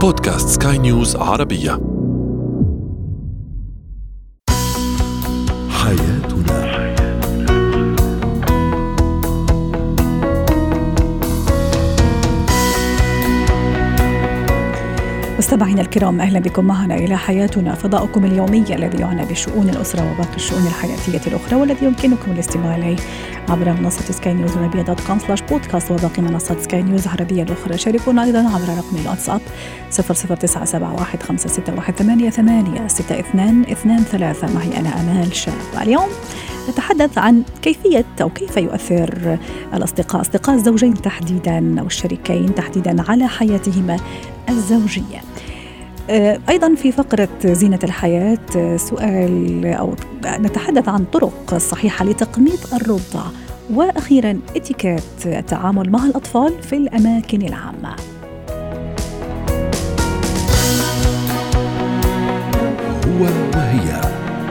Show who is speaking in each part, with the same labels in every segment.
Speaker 1: بودكاست سكاي نيوز عربية. حياتنا.
Speaker 2: مستمعينا الكرام، أهلا بكم معنا إلى حياتنا، فضاؤكم اليومي الذي يعنى بشؤون الأسرة وباقي الشؤون الحياتية الأخرى، والذي يمكنكم الاستماع إليه عبر منصة سكاي نيوز عربية.com/بودكاست وباقي منصات سكاي نيوز عربية الأخرى. شاركونا أيضا عبر رقم الواتساب 00971561886223. معي أنا أمال شاب. اليوم نتحدث عن كيفية أو كيف يؤثر أصدقاء الزوجين تحديدا أو الشريكين تحديدا على حياتهما الزوجية. أيضا في فقرة زينة الحياة سؤال أو نتحدث عن طرق صحيحة لتقنية الرضع، وأخيرا اتيكيت التعامل مع الأطفال في الأماكن العامة.
Speaker 1: هو وهي.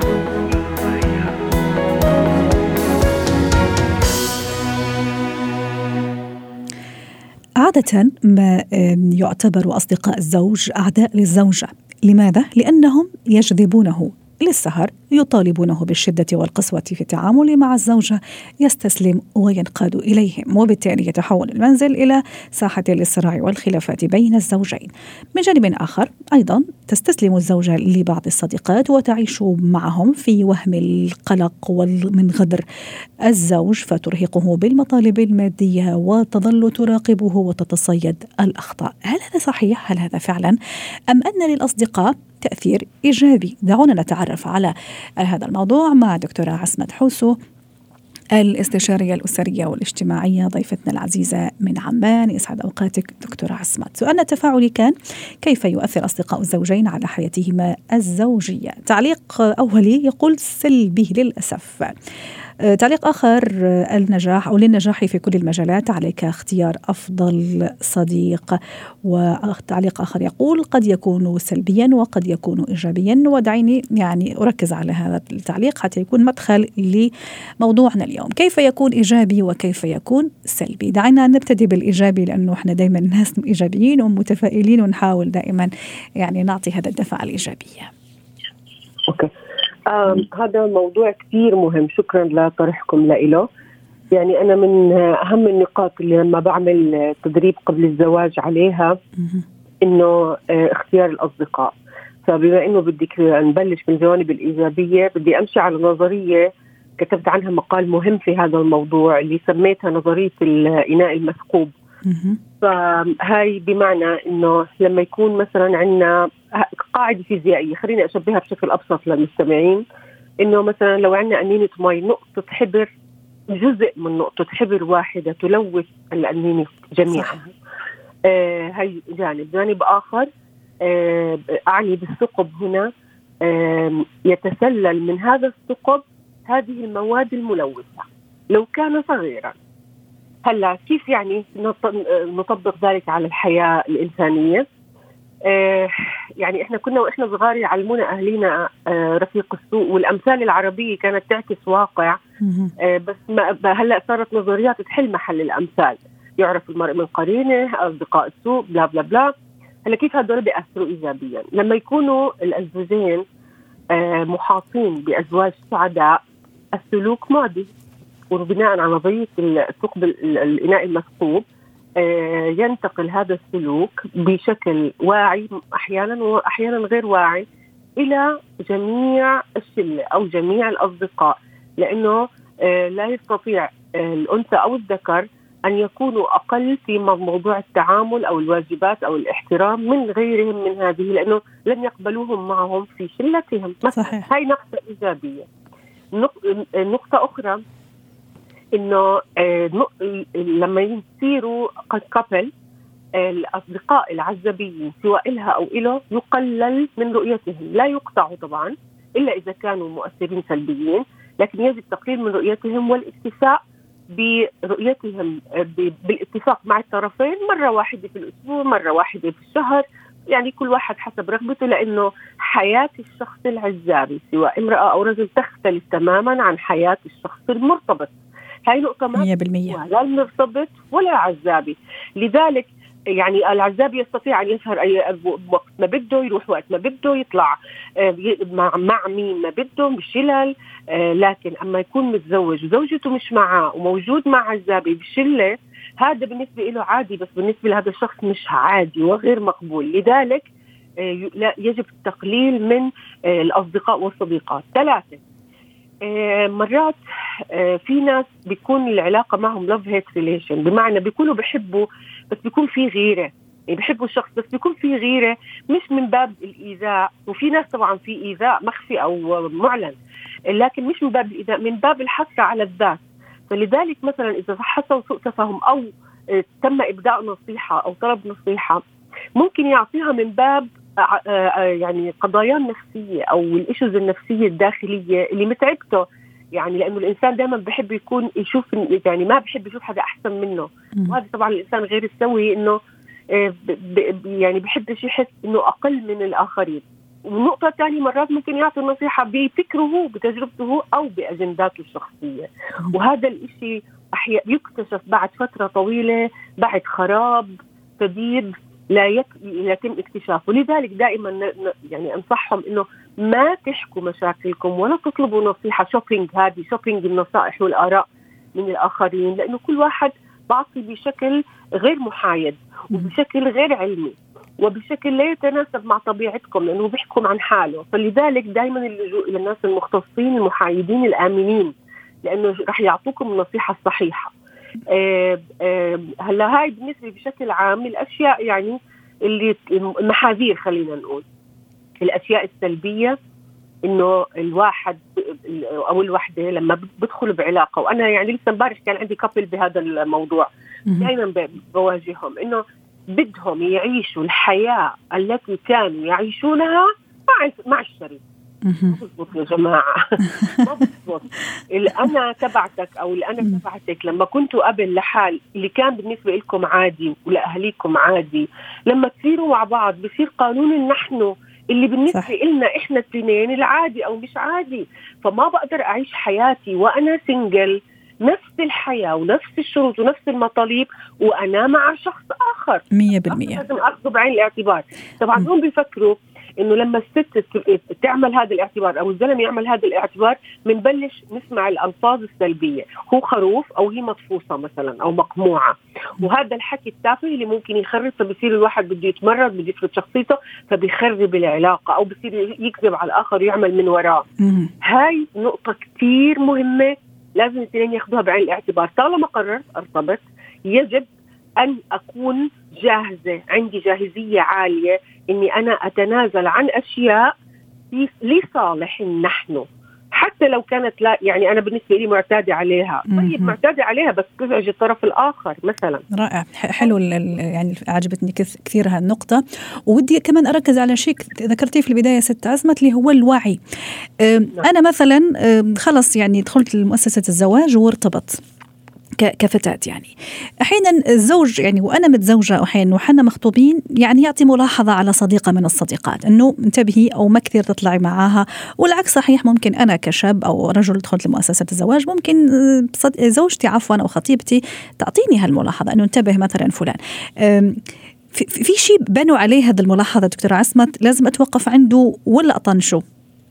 Speaker 2: عادة ما يعتبر أصدقاء الزوج أعداء للزوجة. لماذا؟ لأنهم يجذبونه للسهر، يطالبونه بالشدة والقسوة في التعامل مع الزوجة، يستسلم وينقاد إليهم، وبالتالي يتحول المنزل إلى ساحة للصراع والخلافات بين الزوجين. من جانب آخر أيضا تستسلم الزوجة لبعض الصديقات وتعيش معهم في وهم القلق من غدر الزوج، فترهقه بالمطالب المادية وتظل تراقبه وتتصيد الأخطاء. هل هذا صحيح؟ هل هذا فعلا؟ أم أن للأصدقاء تأثير إيجابي؟ دعونا نتعرف على هذا الموضوع مع دكتورة عصمت حوسو، الاستشارية الأسرية والاجتماعية، ضيفتنا العزيزة من عمان. يسعد أوقاتك دكتورة عصمت. سؤالنا التفاعلي كان: كيف يؤثر أصدقاء الزوجين على حياتهما الزوجية؟ تعليق أولي يقول سلبي للأسف. تعليق آخر: النجاح أو للنجاح في كل المجالات عليك اختيار أفضل صديق. وتعليق آخر يقول قد يكون سلبيا وقد يكون إيجابيا. ودعيني أركز على هذا التعليق حتى يكون مدخل لموضوعنا اليوم: كيف يكون إيجابي وكيف يكون سلبي. دعينا نبتدي بالإيجابي، لأنه إحنا دائما ناس إيجابيين ومتفائلين ونحاول دائما نعطي هذا الدفعة الإيجابية.
Speaker 3: أوكي. هذا موضوع كثير مهم، شكرا لطرحكم له. أنا من أهم النقاط اللي لما بعمل تدريب قبل الزواج عليها إنه اختيار الأصدقاء. فبما إنه بدك نبلش من الجوانب الإيجابية، بدي أمشي على نظرية كتبت عنها مقال مهم في هذا الموضوع اللي سميتها نظرية الإناء المثقوب. فهاي بمعنى إنه لما يكون مثلا عندنا قاعدة فيزيائية، خليني أشبهها بشكل أبسط للمستمعين، إنه مثلا لو عندنا أنينة مي، نقطة حبر، جزء من نقطة حبر واحدة تلوث الأنينة جميعا. هاي جانب آخر أعني بالثقب هنا، يتسلل من هذا الثقب هذه المواد الملوثة لو كان صغيرا. هلا كيف نطبق ذلك على الحياة الإنسانية؟ احنا كنا واحنا صغار يعلمونا اهالينا رفيق السوء، والامثال العربيه كانت تعكس واقع. بس هلا صارت نظريات تحل محل الامثال. يعرف المرء من قرينه، اصدقاء السوء، بلا بلا بلا. هلا كيف هذول بيأثروا ايجابيا؟ لما يكونوا الزوجين محاطين بازواج سعداء، السلوك معدي، وبناء على نظريه الثقب الاناء المثقوب ينتقل هذا السلوك بشكل واعي أحيانا وأحيانا غير واعي إلى جميع الشلة أو جميع الأصدقاء، لأنه لا يستطيع الأنثى أو الذكر أن يكونوا أقل في موضوع التعامل أو الواجبات أو الاحترام من غيرهم من هذه، لأنه لن يقبلوهم معهم في شلتهم.
Speaker 2: صحيح.
Speaker 3: هاي نقطة إيجابية. نقطة أخرى إنه لما يصيروا قد كابل، الأصدقاء العزبيين سواء إلها أو إله يقلل من رؤيتهم، لا يقطعوا طبعا إلا إذا كانوا مؤثرين سلبيين، لكن يجب تقليل من رؤيتهم والاكتفاء برؤيتهم بالاتفاق مع الطرفين مرة واحدة في الأسبوع، مرة واحدة في الشهر، كل واحد حسب رغبته، لأنه حياة الشخص العزابي سواء امرأة أو رجل تختلف تماما عن حياة الشخص المرتبط. هاي نقطة 100%، لا المرتبط ولا عزابي. لذلك يعني العزاب يستطيع أن يسهر أي وقت ما بده، يروح وقت ما بده، يطلع مع مين ما بده بشلل. لكن أما يكون متزوج وزوجته مش معاه وموجود مع عزابي بشلة، هذا بالنسبة له عادي، بس بالنسبة لهذا الشخص مش عادي وغير مقبول. لذلك لا يجب التقليل من الأصدقاء والصديقات. 3، مرات في ناس بيكون العلاقة معهم love hate relation، بمعنى بيكونوا بيحبوا بس بيكون في غيرة، يعني بيحبوا الشخص بس بيكون في غيرة مش من باب الإيذاء. وفي ناس طبعا في إيذاء مخفي أو معلن، لكن مش من باب الإيذاء، من باب الحث على الذات. فلذلك مثلا إذا حصل سوء تفاهم أو تم إبداء نصيحة أو طلب نصيحة، ممكن يعطيها من باب يعني قضايا نفسية أو الإشوز النفسية الداخلية اللي متعبته. يعني لأنه الإنسان دائما بحب يكون يشوف، يعني ما بحب يشوف حدا أحسن منه، وهذا طبعا الإنسان غير السوي، إنه يعني بحبش يحس إنه أقل من الآخرين. والنقطة الثانية، مرات ممكن يعطي النصيحة بفكره بتجربته أو بأجنداته الشخصية، وهذا الإشي أحيانا يكتشف بعد فترة طويلة، بعد خراب شديد لا يتم اكتشافه. لذلك دائما يعني أنصحهم إنه ما تحكوا مشاكلكم ولا تطلبوا نصيحة هذه شوبينج النصائح والآراء من الآخرين، لأنه كل واحد بعطي بشكل غير محايد وبشكل غير علمي وبشكل لا يتناسب مع طبيعتكم، لأنه بيحكم عن حاله. فلذلك دائما اللجوء إلى الناس المختصين المحايدين الآمنين، لأنه رح يعطوكم النصيحة الصحيحة. هلا هاي بالنسبة بشكل عام الأشياء، يعني اللي المحاذير، خلينا نقول الأشياء السلبية، إنه الواحد أو الوحدة لما بدخلوا بعلاقة، وأنا يعني لسه امبارح كان عندي كابل بهذا الموضوع، دائما بواجههم إنه بدهم يعيشوا الحياة التي كانوا يعيشونها مع الشريك. ما بضبط يا جماعة، ما بضبط. الأنا تبعتك أو الأنا تبعتك لما كنتوا قبل لحال اللي كان بالنسبة لكم عادي ولأهليكم عادي، لما تصيروا مع بعض بصير قانون النحن اللي بالنسبة لنا إحنا الاثنين العادي أو مش عادي. فما بقدر أعيش حياتي وأنا سنجل نفس الحياة ونفس الشروط ونفس المطالب وأنا مع شخص آخر
Speaker 2: 100%.
Speaker 3: لازم أخذه بعين الاعتبار. طبعا هم بيفكروا إنه لما الست تعمل هذا الاعتبار أو الزلمة يعمل هذا الاعتبار منبلش نسمع الألفاظ السلبية، هو خروف أو هي مطفوصة مثلا أو مقموعة، وهذا الحكي التافه اللي ممكن يخرب. فبصير الواحد بده يتمرد، بده يفرض شخصيته، فبيخرب العلاقة أو بصير يكذب على الآخر ويعمل من وراه. هاي نقطة كتير مهمة، لازم الاثنين ياخدوها بعين الاعتبار. طالما قررت ارتبط يجب أن أكون جاهزة، عندي جاهزية عالية إني أنا أتنازل عن أشياء لصالح نحن، حتى لو كانت لا يعني أنا بالنسبة لي معتادة عليها. طيب معتادة عليها بس تزعج الطرف الآخر مثلا.
Speaker 2: رائع، حلو. يعني عجبتني كثير هالنقطة. وودي كمان أركز على شيء ذكرتيه في البداية ست عزمت، اللي هو الوعي. أنا مثلا خلص يعني دخلت لمؤسسة الزواج وارتبط كفتاة، يعني أحيانا الزوج يعني وأنا متزوجة أحيانا وحنا مخطوبين يعني يعطي ملاحظة على صديقة من الصديقات إنه انتبهي أو ما كثير تطلعي معاها، والعكس صحيح. ممكن أنا كشاب أو رجل دخلت لمؤسسة الزواج ممكن زوجتي أو خطيبتي تعطيني هالملاحظة إنه انتبه مثلا فلان. في شيء بنوا عليه هذا الملاحظة دكتورة عصمت لازم أتوقف عنده ولا أطنشه؟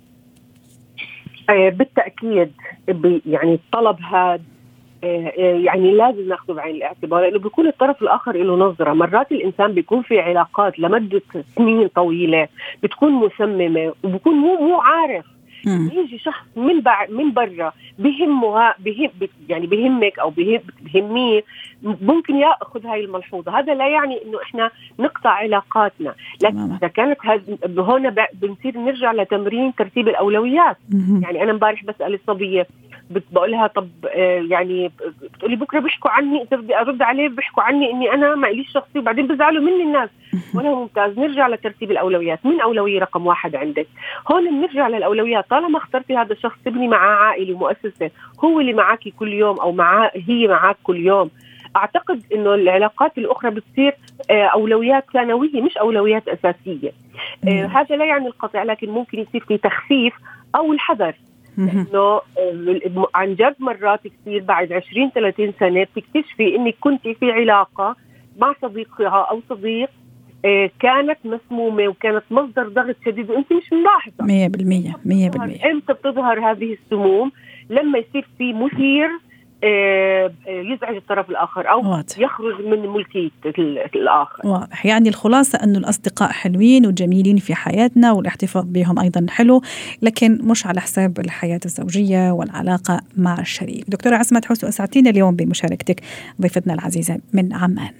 Speaker 3: بالتأكيد يعني الطلب هذا يعني لازم ناخذه بعين الاعتبار، لأنه بيكون الطرف الآخر له نظرة. مرات الإنسان بيكون في علاقات لمدة سنين طويلة بتكون مسممة وبيكون مو عارف. يجي شخص من برا يعني بهمك أو بهميه، ممكن يأخذ هاي الملحوظة. هذا لا يعني إنه إحنا نقطع علاقاتنا، لكن إذا كانت هون بنصير نرجع لتمرين ترتيب الأولويات. يعني أنا امبارح بسأل الصبية بقولها طب يعني بتقولي بكرة بيحكوا عني، إذا بدي أرد عليه بيحكوا عني إني أنا ما إليش شخصي، وبعدين بزعلوا مني الناس. ولا ممتاز، نرجع لترتيب الأولويات. من أولوية رقم 1 عندك؟ هون نرجع للأولويات. طالما اخترتي هذا الشخص تبني معاه عائلة ومؤسسة، هو اللي معاكي كل يوم أو هي معاك كل يوم، أعتقد إنه العلاقات الأخرى بتصير أولويات ثانوية مش أولويات أساسية. هذا لا يعني القطع، لكن ممكن يصير في تخفيف أو الحذر. إنه عن جد مرات كثير بعد 20-30 سنة بتكتشفي إنك كنتي في علاقة مع صديقها أو صديق كانت مسمومة وكانت مصدر ضغط شديد وأنت مش ملاحظة
Speaker 2: 100%.
Speaker 3: إمتى بتظهر هذه السموم؟ لما يصير في مثير يزعج الطرف الآخر أو واضح. يخرج من ملكية الآخر.
Speaker 2: واضح. يعني الخلاصة أنه الأصدقاء حلوين وجميلين في حياتنا والاحتفاظ بهم أيضا حلو، لكن مش على حساب الحياة الزوجية والعلاقة مع الشريك. دكتورة عصمت حسو، أسعدتينا اليوم بمشاركتك، ضيفتنا العزيزة من عمان.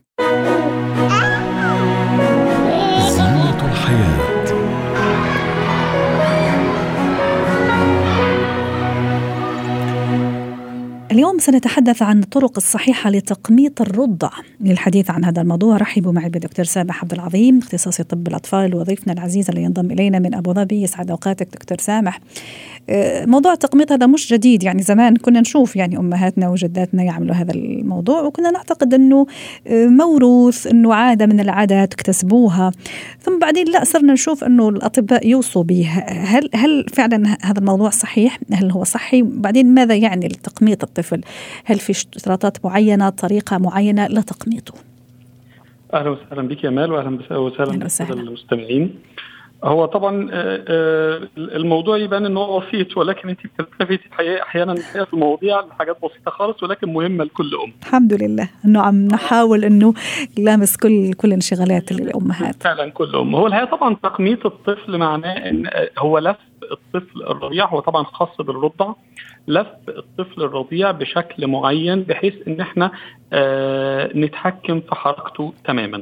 Speaker 1: زينة الحياة.
Speaker 2: اليوم سنتحدث عن الطرق الصحيحة لتقميط الرضع. للحديث عن هذا الموضوع رحبوا معي بدكتور سامح عبد العظيم، اختصاصي طب الأطفال، وضيفنا العزيز اللي ينضم إلينا من أبو ظبي. يسعد أوقاتك دكتور سامح. موضوع التقميط هذا مش جديد، يعني زمان كنا نشوف يعني أمهاتنا وجداتنا يعملوا هذا الموضوع، وكنا نعتقد أنه موروث، أنه عادة من العادات اكتسبوها، ثم بعدين لا صرنا نشوف أنه الأطباء يوصوا به. هل فعلا هذا الموضوع صحيح؟ هل هو صحي؟ بعدين ماذا يعني التقميط الطفل؟ هل في اشتراطات معينة، طريقة معينة لتقميطه؟
Speaker 4: أهلا وسهلا بك يا مال، وأهلا وسهلا بالمستمعين. هو طبعا الموضوع يبان انه بسيط، ولكن انت بتلتفتي احيانا في المواضيع لحاجات بسيطه خالص ولكن مهمه لكل ام.
Speaker 2: الحمد لله انه عم نحاول انه نلامس كل انشغالات الامهات.
Speaker 4: فعلا كل ام. هو الحقيقه طبعا تقميط الطفل معناه ان هو لف الطفل الرضيع، هو طبعا خاص بالرضع، لف الطفل الرضيع بشكل معين بحيث ان احنا نتحكم في حركته تماما.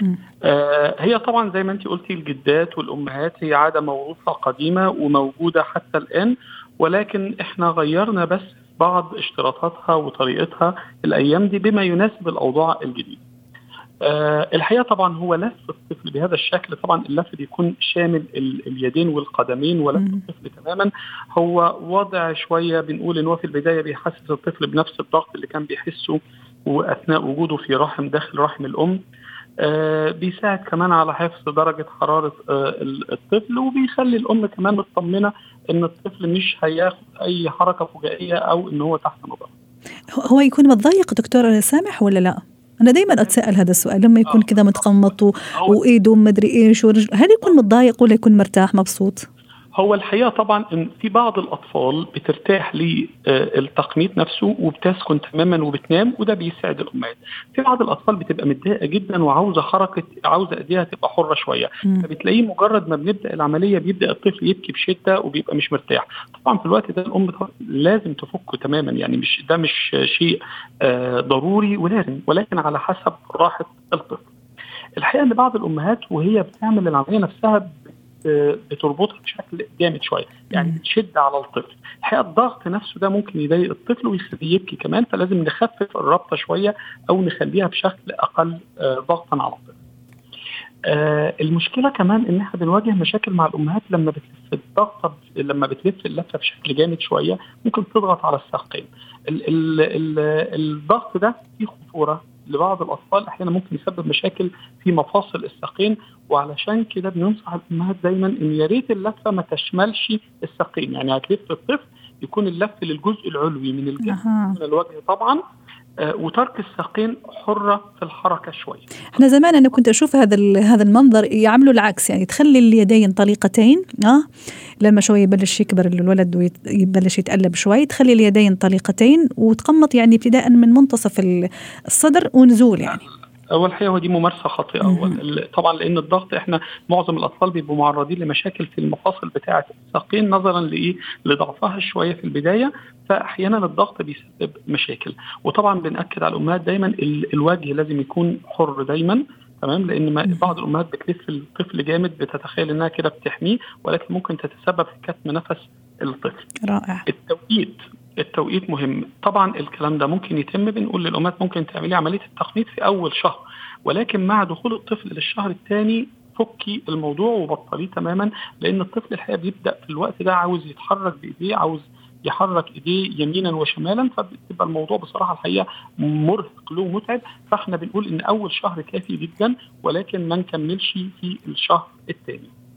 Speaker 4: هي طبعا زي ما انت قلتي الجدات والأمهات هي عادة موروثة قديمة وموجودة حتى الآن، ولكن احنا غيرنا بس بعض اشتراطاتها وطريقتها الأيام دي بما يناسب الأوضاع الجديدة. الحقيقة طبعا هو لف الطفل بهذا الشكل، طبعا اللف بيكون شامل اليدين والقدمين، ولف الطفل تماما هو وضع شوية بنقول ان هو في البداية بيحسس الطفل بنفس الضغط اللي كان بيحسه وأثناء وجوده في رحم داخل رحم الأم. بيساعد كمان على حفظ درجة حرارة الطفل، وبيخلي الأم كمان مطمنة إن الطفل مش هياخد أي حركة فجائية أو إن هو تحت نظر.
Speaker 2: هو يكون متضايق دكتور سامح ولا لا؟ أنا دايما أتساءل هذا السؤال، لما يكون كذا متقمط وإيده مدري إيش ورجل، هل يكون متضايق ولا يكون مرتاح مبسوط؟
Speaker 4: هو الحقيقة طبعا إن في بعض الأطفال بترتاح للتقميط نفسه وبتسكن تماما وبتنام، وده بيساعد الأمهات. في بعض الأطفال بتبقى متضايقة جدا وعاوزة حركة، عاوزة أيديها تبقى حرة شوية، فبتلاقيه مجرد ما بنبدأ العملية بيبدأ الطفل يبكي بشدة وبيبقى مش مرتاح. طبعا في الوقت ده الأم لازم تفكه تماما، يعني مش شيء ضروري ولكن على حسب راحة الطفل. الحقيقة ان بعض الأمهات وهي بتعمل العملية نفسها بتربطها بشكل جامد شوية، يعني بتشد على الطفل. الحقيقة الضغط نفسه ده ممكن يضايق الطفل ويخليه يبكي كمان، فلازم نخفف الربطة شوية أو نخليها بشكل أقل ضغطا على الطفل. المشكلة كمان إن احنا بنواجه مشاكل مع الأمهات لما بتلف الضغطة، لما بتلف اللفة بشكل جامد شوية ممكن تضغط على الساقين. الضغط ده فيه خطورة لبعض الأطفال، أحيانا ممكن يسبب مشاكل في مفاصل الساقين، وعلشان كده بننصح الأمهات دايما إن يا ريت اللفة ما تشملش الساقين، يعني هتلف الطفل يكون اللف للجزء العلوي من الجسم من الوجه طبعا، وترك الساقين حرة في الحركة شوية.
Speaker 2: احنا زمان أنا كنت أشوف هذا المنظر يعملوا العكس، يعني تخلي اليدين طليقتين، لما شوي يبلش يكبر الولد ويبلش يتقلب شوي تخلي اليدين طليقتين وتقمط، يعني ابتداء من منتصف الصدر ونزول. يعني
Speaker 4: أول حاجة ودي ممارسة خاطئة طبعا، لأن الضغط إحنا معظم الأطفال بيبقوا معرضين لمشاكل في المفاصل بتاعة الساقين نظرا لضعفها شوية في البداية، فأحيانا الضغط بيسبب مشاكل. وطبعا بنأكد على الأمهات دايما الوجه لازم يكون حر دايما، تمام، لأن بعض الأمهات بتلف الطفل جامد بتتخيل إنها كده بتحميه، ولكن ممكن تتسبب في كتم نفس الطفل.
Speaker 2: رائع.
Speaker 4: التوقيت مهم طبعا. الكلام ده ممكن يتم، بنقول للأمهات ممكن تعملي عملية التقميط في أول شهر، ولكن مع دخول الطفل للشهر الثاني فكي الموضوع وبطليه تماما، لأن الطفل الحقيقة بيبدأ في الوقت ده عاوز يتحرك بإيديه، عاوز يحرك إيديه يمينا وشمالا، فبتبقى الموضوع بصراحة الحقيقة مرهق له ومتعب. فاحنا بنقول إن أول شهر كافي جدا، ولكن ما نكملش في الشهر الثاني.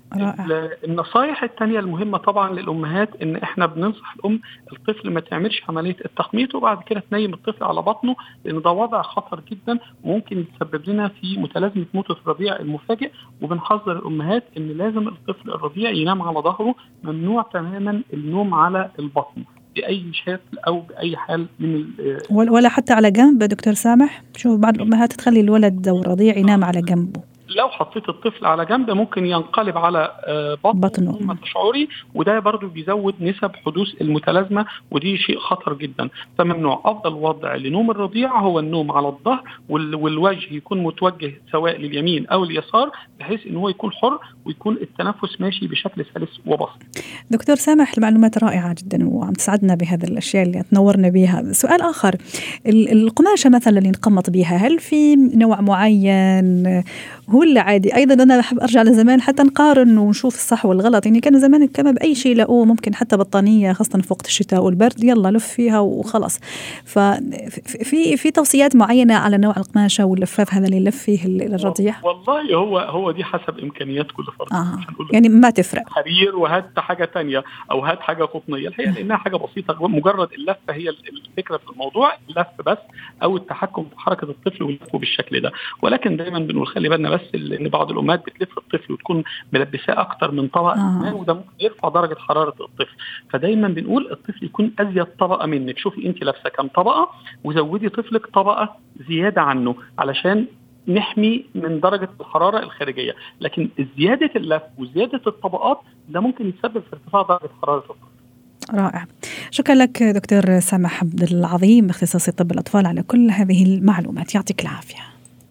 Speaker 4: النصائح التانية المهمة طبعا للأمهات إن إحنا بننصح الأم الطفل ما تعملش عملية التخميط وبعد كده تنيم الطفل على بطنه، لأن ده وضع خطر جدا وممكن يسبب لنا في متلازمة موت الرضيع المفاجئ. وبنحذر الأمهات إن لازم الطفل الرضيع ينام على ظهره، ممنوع تماما النوم على البطن بأي شكل أو بأي حال من
Speaker 2: ولا حتى على جنب. دكتور سامح، شوف بعض الأمهات تخلي الولد أو الرضيع ينام على جنبه.
Speaker 4: لو حطيت الطفل على جنب ممكن ينقلب على بطنه ما تشعري، وده برضو بيزود نسب حدوث المتلازمة، ودي شيء خطر جدا. فممنوع. أفضل وضع لنوم الرضيع هو النوم على الظهر، والوجه يكون متوجه سواء لليمين أو اليسار، بحيث إن هو يكون حر ويكون التنفس ماشي بشكل سلس وبسيط.
Speaker 2: دكتور سامح، المعلومات رائعة جدا وعم تسعدنا بهذا الأشياء اللي تنورنا بها. سؤال آخر، القماشة مثلا اللي نقمط بها، هل في نوع معين هو اللي عادي؟ أيضا أنا بحب أرجع لزمان حتى نقارن ونشوف الصح والغلط. يعني كانوا زمان كما بأي شيء لقوه، ممكن حتى بطانية خاصة في وقت الشتاء والبرد، يلا لف فيها وخلص. ففي توصيات معينة على نوع القماشة واللفاف هذا اللي يلف فيه الرضيع؟
Speaker 4: والله هو دي حسب إمكانيات كل فرد.
Speaker 2: يعني ما تفرق
Speaker 4: حرير وهات حاجة تانية أو هات حاجة قطنية، الحقيقة لأنها حاجة بسيطة. مجرد اللفة هي الفكرة في الموضوع، اللف بس، أو التحكم في حركة الطفل ولفه بالشكل ده. ولكن دايما بنقول خلي بالنا بس ان بعض الامهات بتلف الطفل وتكون ملبساه اكتر من طبقه وده ممكن يرفع درجه حراره الطفل. فدايما بنقول الطفل يكون ازيد طبقه منك. شوفي انت لابسه كم طبقه وزودي طفلك طبقه زياده عنه علشان نحمي من درجه الحراره الخارجيه. لكن زياده اللف وزياده الطبقات ده ممكن يسبب في ارتفاع درجه حراره الطفل.
Speaker 2: رائع. شكرا لك دكتور سامح عبد العظيم، اختصاصي طب الأطفال، على كل هذه المعلومات. يعطيك العافية.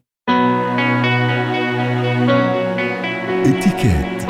Speaker 1: اتكات.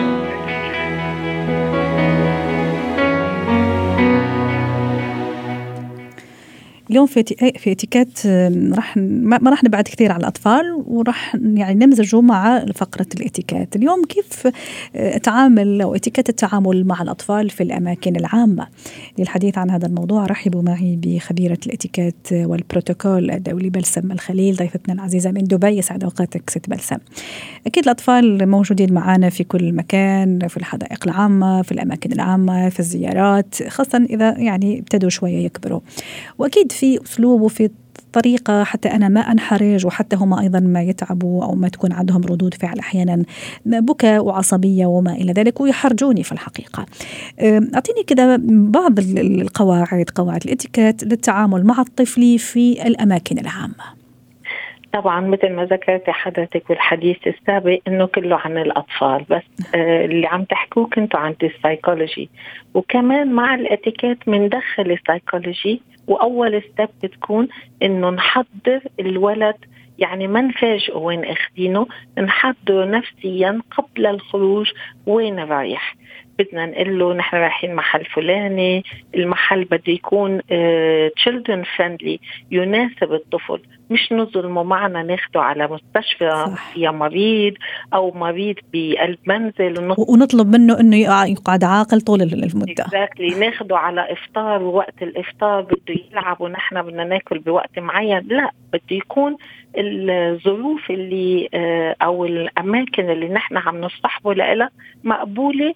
Speaker 2: اليوم في اتيكات ما راح نبعد كثير على الأطفال، وراح يعني نمزجه مع فقرة الاتيكات. اليوم كيف أتعامل أو اتيكات التعامل مع الأطفال في الأماكن العامة. للحديث عن هذا الموضوع رحبوا معي بخبيرة الاتيكات والبروتوكول الدولي بلسم الخليل، ضيفتنا العزيزة من دبي. يسعد أوقاتك ست بلسم. أكيد الأطفال موجودين معنا في كل مكان، في الحدائق العامة، في الأماكن العامة، في الزيارات، خاصة إذا يعني ابتدوا شوية يكبروا، وأكيد في أسلوب وفي طريقة حتى أنا ما أنحرج، وحتى هم أيضا ما يتعبوا أو ما تكون عندهم ردود فعل أحيانا بكاء وعصبية وما إلى ذلك، ويحرجوني في الحقيقة. أعطيني كده بعض قواعد الاتيكيت للتعامل مع الطفل في الأماكن العامة.
Speaker 5: طبعا مثل ما ذكرت حضرتك بالحديث السابق انه كله عن الاطفال، بس اللي عم تحكوه كنتوا عن السايكولوجي، وكمان مع الاتيكيت مندخل السايكولوجي. واول ستيب بتكون انه نحضر الولد، يعني ما نفاجئه وين اخدينه، نحضره نفسيا قبل الخروج وين رايح. بدنا نقول له نحن رايحين محل فلاني، المحل بده يكون children friendly يناسب الطفل، مش نظلمه معنا ناخده على مستشفى فيها مريض أو مريض بقلب منزل
Speaker 2: ونطلب منه إنه يقعد عاقل طول المدة.
Speaker 5: exactly. ناخده على إفطار، ووقت الإفطار بده يلعب ونحن بدنا ناكل بوقت معين. لا، بده يكون الظروف اللي أو الأماكن اللي نحن عم نصطحبه لها مقبولة،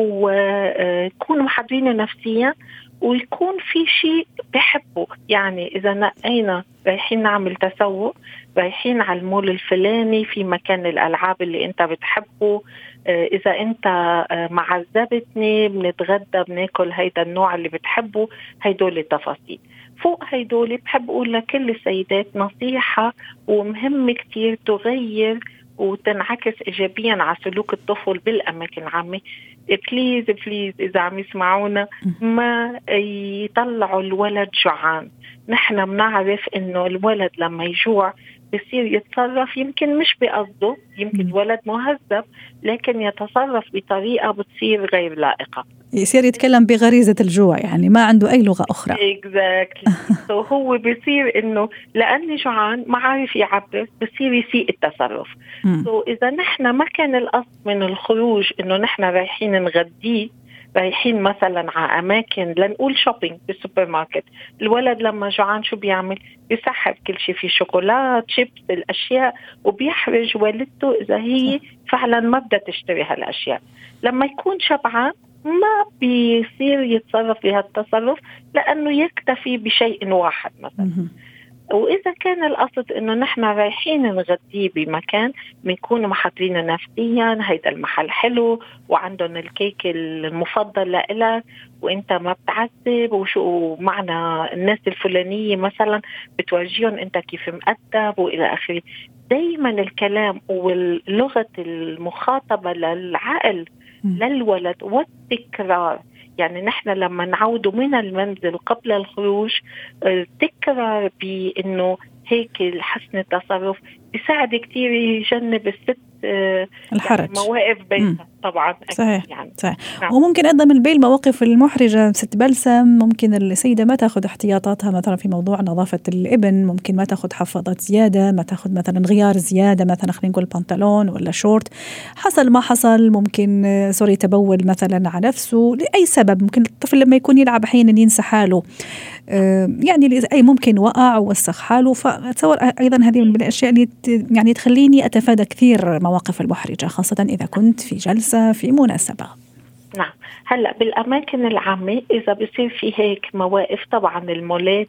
Speaker 5: ويكونوا محضرين نفسيا، ويكون في شيء بحبه. يعني إذا نقينا رايحين نعمل تسوق، رايحين على المول الفلاني في مكان الألعاب اللي أنت بتحبه، إذا أنت معذبتني بنتغدى بناكل هيدا النوع اللي بتحبه، هيدول التفاصيل. فوق هيدول بحب أقول لكل السيدات نصيحة ومهم كتير تغير وتنعكس إيجابيا على سلوك الطفل بالأماكن العامة. بليز إذا عم يسمعونا ما يطلعوا الولد جوعان. نحن بنعرف إنه الولد لما يجوع بصير يتصرف، يمكن مش بقصده، يمكن الولد مهذب لكن يتصرف بطريقة بتصير غير لائقة،
Speaker 2: يصير يتكلم بغريزة الجوع، يعني ما عنده أي لغة أخرى.
Speaker 5: exactly. هو بيصير إنه لأني جوعان ما عارف يعبر، بيصير يسيء التصرف. إذا نحن ما كان القصد من الخروج إنه نحن رايحين نغديه، رايحين مثلا على أماكن لنقول شوبينج بالسوبر ماركت، الولد لما جوعان شو بيعمل؟ بيسحب كل شيء، في شوكولات، شيبس، الأشياء، وبيحرج والدته إذا هي فعلا ما بدها تشتري هالأشياء. لما يكون شبعان ما بيصير يتصرف بهالتصرف لأنه يكتفي بشيء واحد مثلا. وإذا كان القصد إنه نحن رايحين نغديه بمكان بنكون محضرين نفسيا هيدا المحل حلو وعندهم الكيك المفضل لإلك وإنت ما بتعذب وشو معنى الناس الفلانية مثلا بتورجيهم إنت كيف مؤدب وإلى آخره. دايما الكلام واللغة المخاطبة للعقل للولد والتكرار، يعني نحن لما نعوده من المنزل قبل الخروج التكرار بأنه هيك حسن التصرف بيساعد كتير يجنب الست
Speaker 2: الحرج
Speaker 5: يعني مواقف بيتها طبعا.
Speaker 2: صحيح.
Speaker 5: يعني.
Speaker 2: صحيح. نعم. وممكن أيضا من بين المواقف المحرجة ست بلسم ممكن السيدة ما تأخذ احتياطاتها مثلا في موضوع نظافة الابن، ممكن ما تأخذ حفاضات زيادة، ما تأخذ مثلا غيار زيادة مثلا خلينا نقول بنطلون ولا شورت، حصل ما حصل ممكن سوري تبول مثلا على نفسه لأي سبب. ممكن الطفل لما يكون يلعب أحيانا ينسى حاله يعني أي ممكن وقع ووسخ حاله. فأتصور أيضا هذه من الأشياء اللي يعني تخليني أتفادى كثير مواقف المحرجة خاصة إذا كنت في جلسة في مناسبة.
Speaker 5: نعم. هلأ بالأماكن العامة إذا بيصير في هيك مواقف طبعا المولات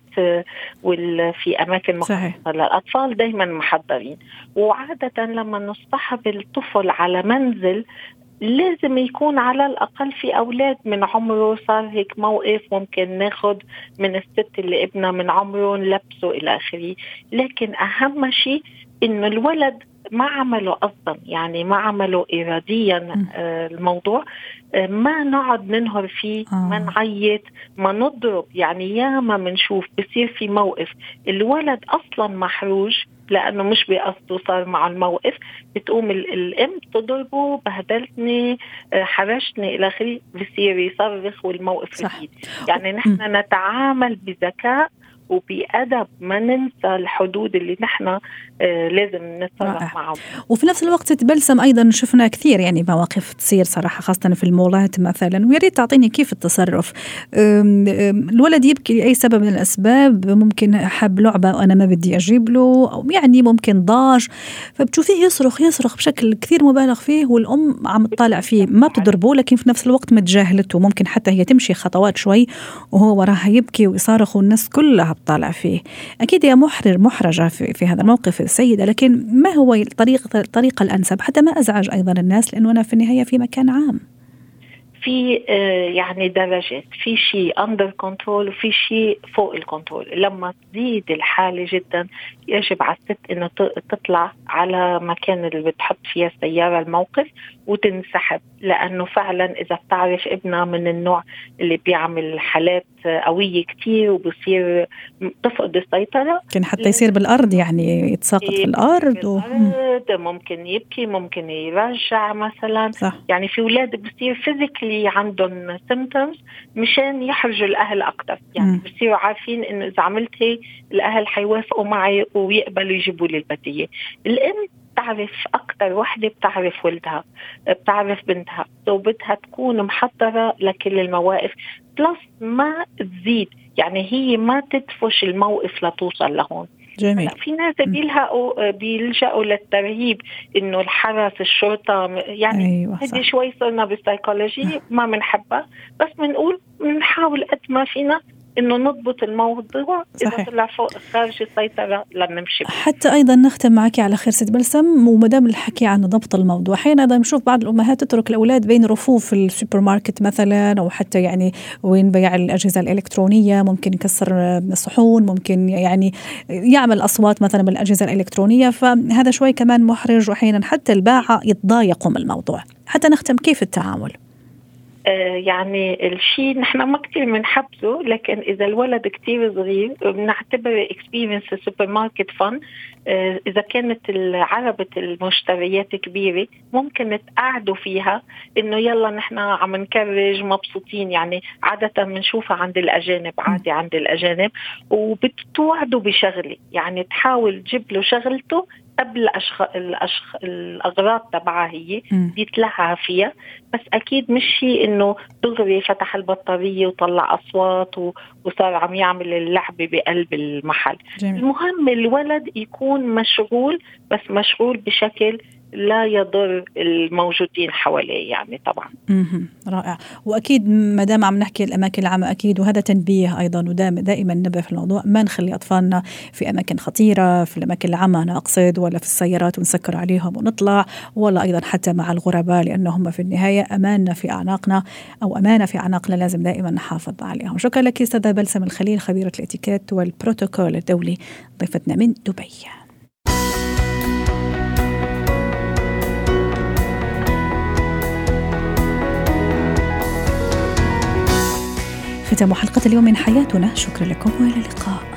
Speaker 5: في أماكن مخصصة للأطفال دايما محضرين. وعادة لما نصطحب الطفل على منزل لازم يكون على الأقل في أولاد من عمره صار هيك موقف ممكن ناخد من الست اللي ابنها من عمره نلبسه إلى آخره. لكن أهم شيء إنه الولد ما عمله أصلا، يعني ما عمله إراديا الموضوع، ما نقعد ننهر فيه، ما نعيط، ما نضرب. يعني ياما منشوف بصير في موقف الولد أصلا محروج لأنه مش بقصده صار مع الموقف، بتقوم الأم تضربه بهدلتني حرشتني إلى آخره، بصير يصرخ والموقف يزيد. يعني نحن نتعامل بذكاء وبأدب، ما ننسى الحدود اللي نحن لازم نتصرف معهم.
Speaker 2: وفي نفس الوقت تبلسم أيضا شفنا كثير يعني مواقف تصير صراحة خاصة في المولات مثلا، وياريت تعطيني كيف التصرف. الولد يبكي لأي سبب من الأسباب، ممكن حب لعبة وأنا ما بدي أجيب له، أو يعني ممكن ضاج، فبتشوفيه يصرخ بشكل كثير مبالغ فيه والأم عم تطالع فيه، ما بتضربه لكن في نفس الوقت متجاهلته، ممكن حتى هي تمشي خطوات شوي وهو وراها يبكي ويصارخ والناس كلها بتطالع فيه. أكيد هي محرجة في هذا الموقف السيدة، لكن ما هو الطريقة الأنسب حتى ما أزعج أيضا الناس، لأنه أنا في النهاية في مكان عام.
Speaker 5: في يعني درجات، في شيء under control وفي شيء فوق الكنترول. لما تزيد الحالة جدا يجب على الست إنه تطلع على مكان اللي بتحط فيها السيارة الموقف وتنسحب، لأنه فعلا إذا بتعرف ابنها من النوع اللي بيعمل حالات قوية كتير وبصير تفقد السيطرة،
Speaker 2: ممكن حتى يصير بالأرض، يعني يتساقط في الأرض
Speaker 5: ممكن يبكي، ممكن يرجع مثلا.
Speaker 2: صح.
Speaker 5: يعني في أولاد بصير فيزيكلي عندهم symptoms مشان يحرجوا الأهل أكتر، يعني بصيروا عارفين إنه إذا عملت هيك الأهل حيوافقوا معي ويقبلوا يجيبوا لي البدية. الأم بتعرف أكتر وحدة، بتعرف ولدها، بتعرف بنتها، بدها تكون محضرة لكل المواقف، بلس ما تزيد، يعني هي ما تدفش الموقف لتوصل لهون.
Speaker 2: جميل.
Speaker 5: في ناس بيلجأوا للترهيب، إنه الحرس، الشرطة، يعني هذه شوي صرنا بالسيكولوجي ما بنحبها، بس بنقول بنحاول قد ما فينا إنه نضبط الموضوع. إذا طلع فوق خارج السيطرة لنمشي.
Speaker 2: حتى أيضا نختم معك على خير ست بلسم، ومدام الحكي عن ضبط الموضوع، حين أيضا نشوف بعض الأمهات تترك الأولاد بين رفوف السوبر ماركت مثلا، أو حتى يعني وين بيع الأجهزة الإلكترونية، ممكن يكسر الصحون، ممكن يعني يعمل أصوات مثلا بالأجهزة الإلكترونية، فهذا شوي كمان محرج، وأحيانا حتى الباعة يتضايقوا من الموضوع. حتى نختم كيف التعامل؟
Speaker 5: يعني الشيء نحن ما كتير منحبسه، لكن إذا الولد كتير صغير بنعتبر experience سوبر ماركت فن. إذا كانت عربة المشتريات كبيرة ممكن نتقعدوا فيها، إنه يلا نحن عم نكرج مبسوطين. يعني عادة بنشوفها عند الأجانب، عادي عند الأجانب، وبتوعدوا بشغلة، يعني تحاول تجيب له شغلته قبل الأغراض تبعها هي يتلهى فيها. بس أكيد مش شيء إنه دغري فتح البطارية وطلع أصوات وصار عم يعمل اللعبة بقلب المحل. جميل. المهم الولد يكون مشغول، بس مشغول بشكل لا يضر الموجودين حواليه يعني طبعا.
Speaker 2: رائع. وأكيد ما دام عم نحكي الأماكن العامة أكيد، وهذا تنبيه أيضا، ودائما ننبه في الموضوع، ما نخلي أطفالنا في أماكن خطيرة، في الأماكن العامة أنا أقصد، ولا في السيارات ونسكر عليهم ونطلع، ولا أيضا حتى مع الغرباء، لأنهم في النهاية أمانة في أعناقنا أو أمانة في أعناقنا، لازم دائما نحافظ عليهم. شكرا لك أستاذة بلسم الخليل، خبيرة الاتيكيت والبروتوكول الدولي، ضيفتنا من دبي. ختام حلقة اليوم من حياتنا، شكرا لكم وإلى اللقاء.